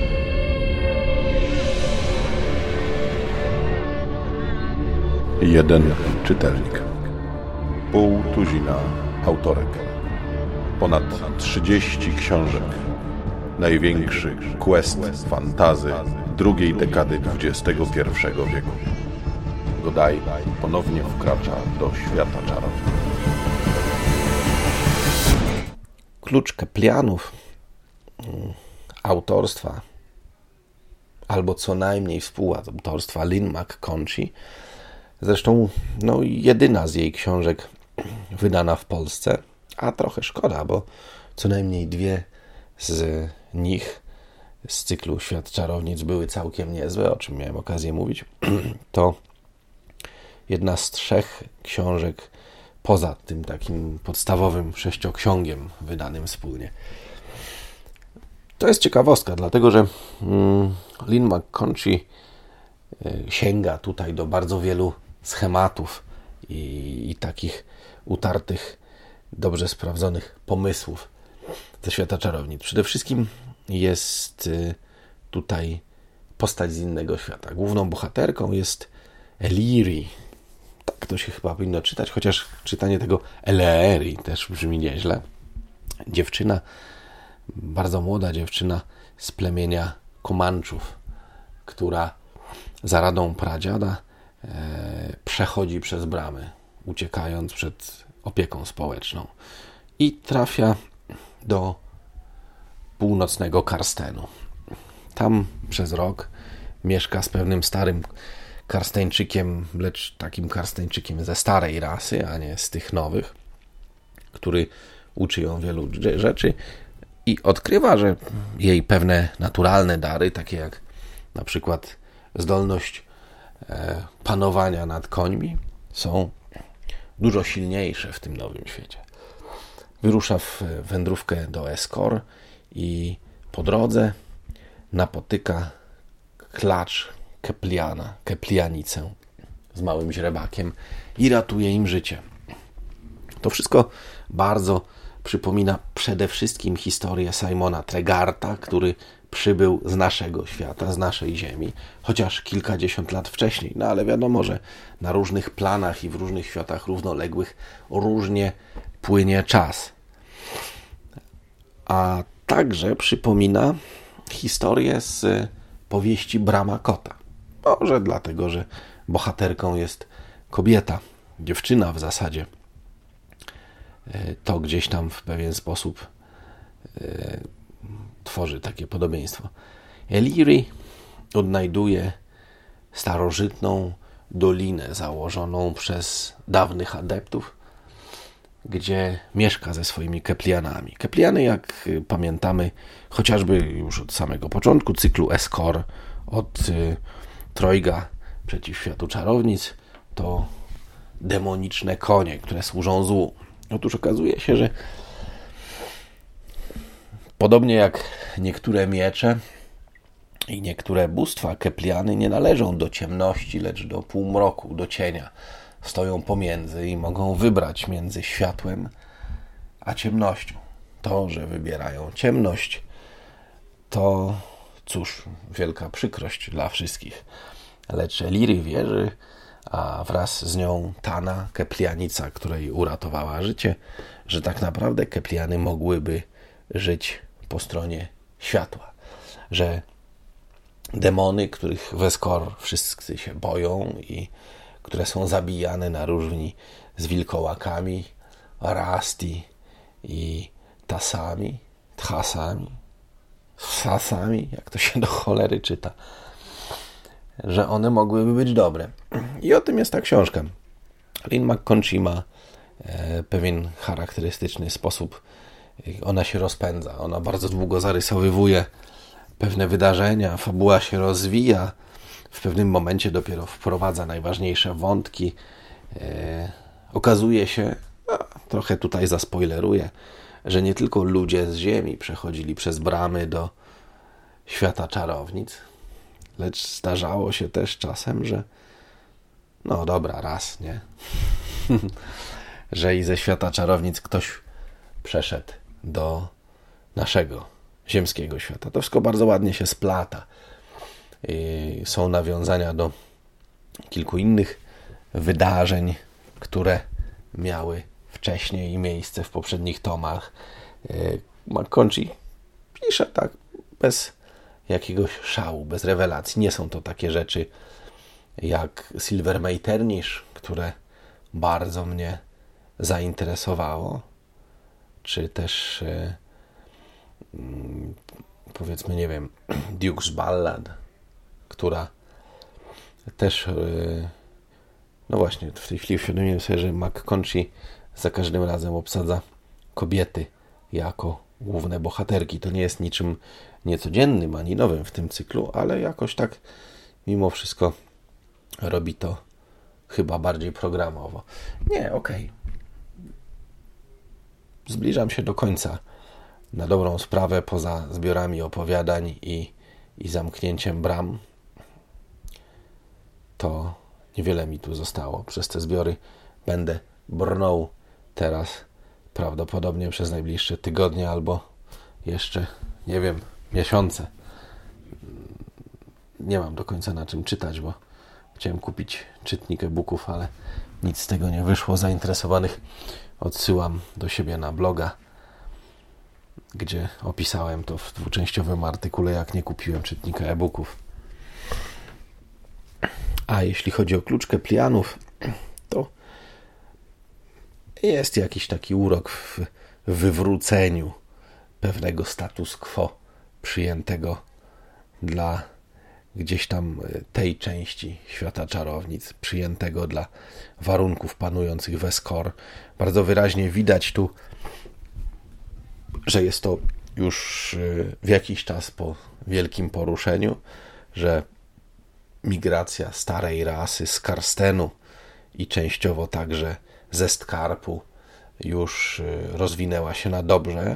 Jeden czytelnik, pół tuzina autorek, ponad 30 książek, największy quest fantazy drugiej dekady XXI wieku. Godaj ponownie wkracza do świata czarów. Klucz Keplianów, autorstwa, albo co najmniej współautorstwa Lynn McConchie, zresztą jedyna z jej książek wydana w Polsce, a trochę szkoda, bo co najmniej dwie z nich z cyklu Świat Czarownic były całkiem niezłe, o czym miałem okazję mówić. To jedna z 3 książek poza tym takim podstawowym 6-ksiągiem wydanym wspólnie. To jest ciekawostka, dlatego że Lynn McConchie sięga tutaj do bardzo wielu schematów i takich utartych, dobrze sprawdzonych pomysłów ze świata czarownic. Przede wszystkim jest tutaj postać z innego świata. Główną bohaterką jest Eliri. Tak to się chyba powinno czytać, chociaż czytanie tego Eleeri też brzmi nieźle. Dziewczyna, bardzo młoda dziewczyna z plemienia Komanczów, która za radą pradziada przechodzi przez bramy, uciekając przed opieką społeczną i trafia do północnego Karstenu. Tam przez rok mieszka z pewnym starym karsteńczykiem, lecz takim karsteńczykiem ze starej rasy, a nie z tych nowych, który uczy ją wielu rzeczy i odkrywa, że jej pewne naturalne dary, takie jak na przykład zdolność panowania nad końmi, są dużo silniejsze w tym nowym świecie. Wyrusza w wędrówkę do Escor i po drodze napotyka klacz Kepliana, Keplianicę z małym źrebakiem i ratuje im życie. To wszystko bardzo przypomina przede wszystkim historię Simona Tregarta, który przybył z naszego świata, z naszej ziemi, chociaż kilkadziesiąt lat wcześniej. No ale wiadomo, że na różnych planach i w różnych światach równoległych różnie płynie czas. A także przypomina historię z powieści Brama Kota. Może dlatego, że bohaterką jest kobieta, dziewczyna w zasadzie. To gdzieś tam w pewien sposób tworzy takie podobieństwo. Eliri odnajduje starożytną dolinę założoną przez dawnych adeptów, gdzie mieszka ze swoimi Keplianami. Kepliany, jak pamiętamy, chociażby już od samego początku cyklu Escor, od Trojga przeciw światu czarownic, to demoniczne konie, które służą złu. Otóż okazuje się, że podobnie jak niektóre miecze i niektóre bóstwa, Kepliany nie należą do ciemności, lecz do półmroku, do cienia. Stoją pomiędzy i mogą wybrać między światłem a ciemnością. To, że wybierają ciemność, to cóż, wielka przykrość dla wszystkich. Lecz Eliri wierzy, a wraz z nią Tana, Keplianica, której uratowała życie, że tak naprawdę Kepliany mogłyby żyć po stronie światła. Że demony, których w Escor wszyscy się boją i które są zabijane na różni z wilkołakami, Rasti i Tasami, Thasami, jak to się do cholery czyta, że one mogłyby być dobre. I o tym jest ta książka. Lynn McConchie ma pewien charakterystyczny sposób. Ona się rozpędza. Ona bardzo długo zarysowywuje pewne wydarzenia. Fabuła się rozwija. W pewnym momencie dopiero wprowadza najważniejsze wątki. Okazuje się, trochę tutaj zaspoileruję, że nie tylko ludzie z Ziemi przechodzili przez bramy do świata czarownic, lecz zdarzało się też czasem, że no dobra, raz, nie? że i ze świata czarownic ktoś przeszedł do naszego ziemskiego świata. To wszystko bardzo ładnie się splata. Są nawiązania do kilku innych wydarzeń, które miały wcześniej miejsce w poprzednich tomach. McConchie pisze tak bez jakiegoś szału, bez rewelacji. Nie są to takie rzeczy jak Silver Metternich, które bardzo mnie zainteresowało, czy też powiedzmy, nie wiem, Duke's Ballad, która też no właśnie, w tej chwili uświadomiłem sobie, że McConchie za każdym razem obsadza kobiety jako główne bohaterki. To nie jest niczym niecodziennym ani nowym w tym cyklu, ale jakoś tak mimo wszystko robi to chyba bardziej programowo. Nie, okej. Zbliżam się do końca. Na dobrą sprawę, poza zbiorami opowiadań i zamknięciem bram, to niewiele mi tu zostało. Przez te zbiory będę brnął teraz prawdopodobnie przez najbliższe tygodnie albo jeszcze, nie wiem, miesiące. Nie mam do końca na czym czytać, bo chciałem kupić czytnik e-booków, ale nic z tego nie wyszło. Zainteresowanych odsyłam do siebie na bloga, gdzie opisałem to w dwuczęściowym artykule, jak nie kupiłem czytnika e-booków. A jeśli chodzi o Kluczkę Plianów, to jest jakiś taki urok w wywróceniu pewnego status quo przyjętego dla gdzieś tam tej części świata czarownic, przyjętego dla warunków panujących w Escor. Bardzo wyraźnie widać tu, że jest to już w jakiś czas po wielkim poruszeniu, że migracja starej rasy z Karstenu i częściowo także ze Skarpu już rozwinęła się na dobrze.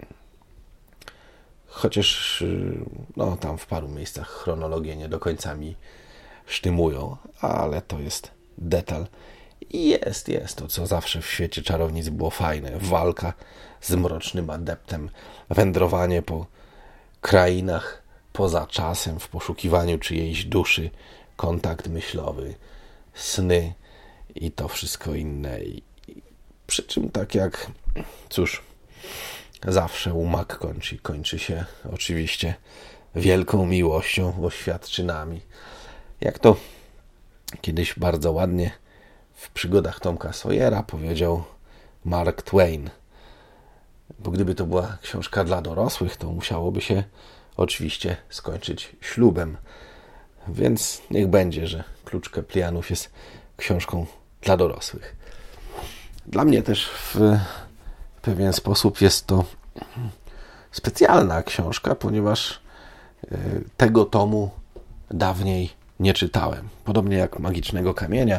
Chociaż no, tam w paru miejscach chronologie nie do końca mi sztymują, ale to jest detal. I jest to, co zawsze w świecie czarownic było fajne. Walka z mrocznym adeptem, wędrowanie po krainach poza czasem w poszukiwaniu czyjejś duszy, kontakt myślowy, sny i to wszystko inne. Przy czym tak jak, cóż, zawsze u McConchie kończy się oczywiście wielką miłością, oświadczynami. Jak to kiedyś bardzo ładnie w przygodach Tomka Sawyera powiedział Mark Twain. Bo gdyby to była książka dla dorosłych, to musiałoby się oczywiście skończyć ślubem. Więc niech będzie, że Kluczkę Plianów jest książką dla dorosłych. Dla mnie też w pewien sposób jest to specjalna książka, ponieważ tego tomu dawniej nie czytałem. Podobnie jak Magicznego Kamienia,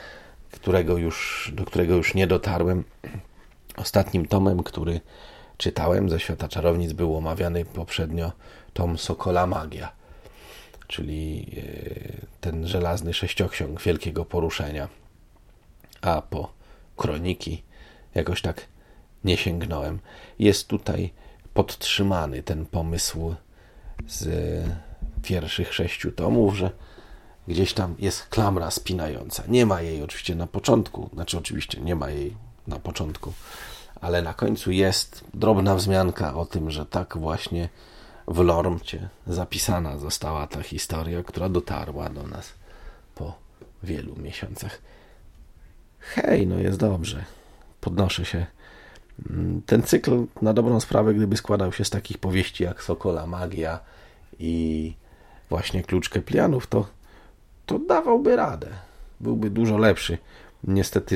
do którego już nie dotarłem. Ostatnim tomem, który czytałem ze świata czarownic, był omawiany poprzednio tom Sokola Magia, czyli ten żelazny sześcioksiąg wielkiego poruszenia. A po kroniki jakoś tak nie sięgnąłem. Jest tutaj podtrzymany ten pomysł z pierwszych 6 tomów, że gdzieś tam jest klamra spinająca. Nie ma jej oczywiście na początku, nie ma jej na początku, ale na końcu jest drobna wzmianka o tym, że tak właśnie w Lormcie zapisana została ta historia, która dotarła do nas po wielu miesiącach. Hej, no jest dobrze. Podnoszę się. Ten cykl, na dobrą sprawę, gdyby składał się z takich powieści jak Sokola Magia i właśnie Kluczkę Plianów, to dawałby radę. Byłby dużo lepszy. Niestety,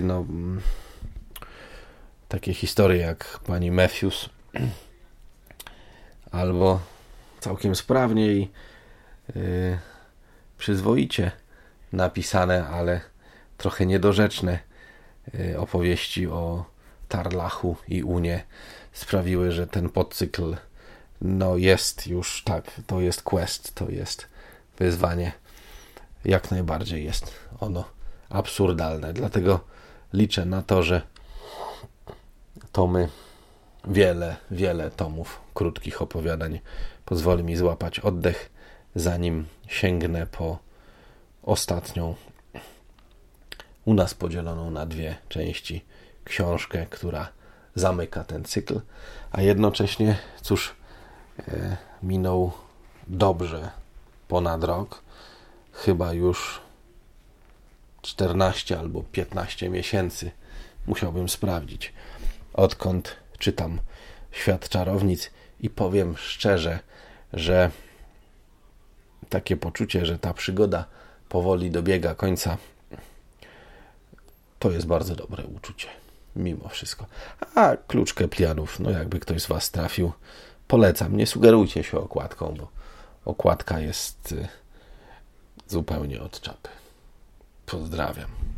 takie historie jak pani Matthews albo całkiem sprawnie i przyzwoicie napisane, ale trochę niedorzeczne opowieści o Tarlachu i Unie sprawiły, że ten podcykl jest już tak, to jest quest, to jest wyzwanie. Jak najbardziej jest ono absurdalne. Dlatego liczę na to, że tomy wiele tomów krótkich opowiadań pozwoli mi złapać oddech, zanim sięgnę po ostatnią, u nas podzieloną na 2 części, książkę, która zamyka ten cykl, a jednocześnie, cóż, minął dobrze ponad rok, chyba już 14 albo 15 miesięcy, musiałbym sprawdzić, odkąd czytam Świat Czarownic i powiem szczerze, że takie poczucie, że ta przygoda powoli dobiega końca, to jest bardzo dobre uczucie, mimo wszystko. A Klucz Keplianów, no jakby ktoś z Was trafił, polecam, nie sugerujcie się okładką, bo okładka jest zupełnie od czapy. Pozdrawiam.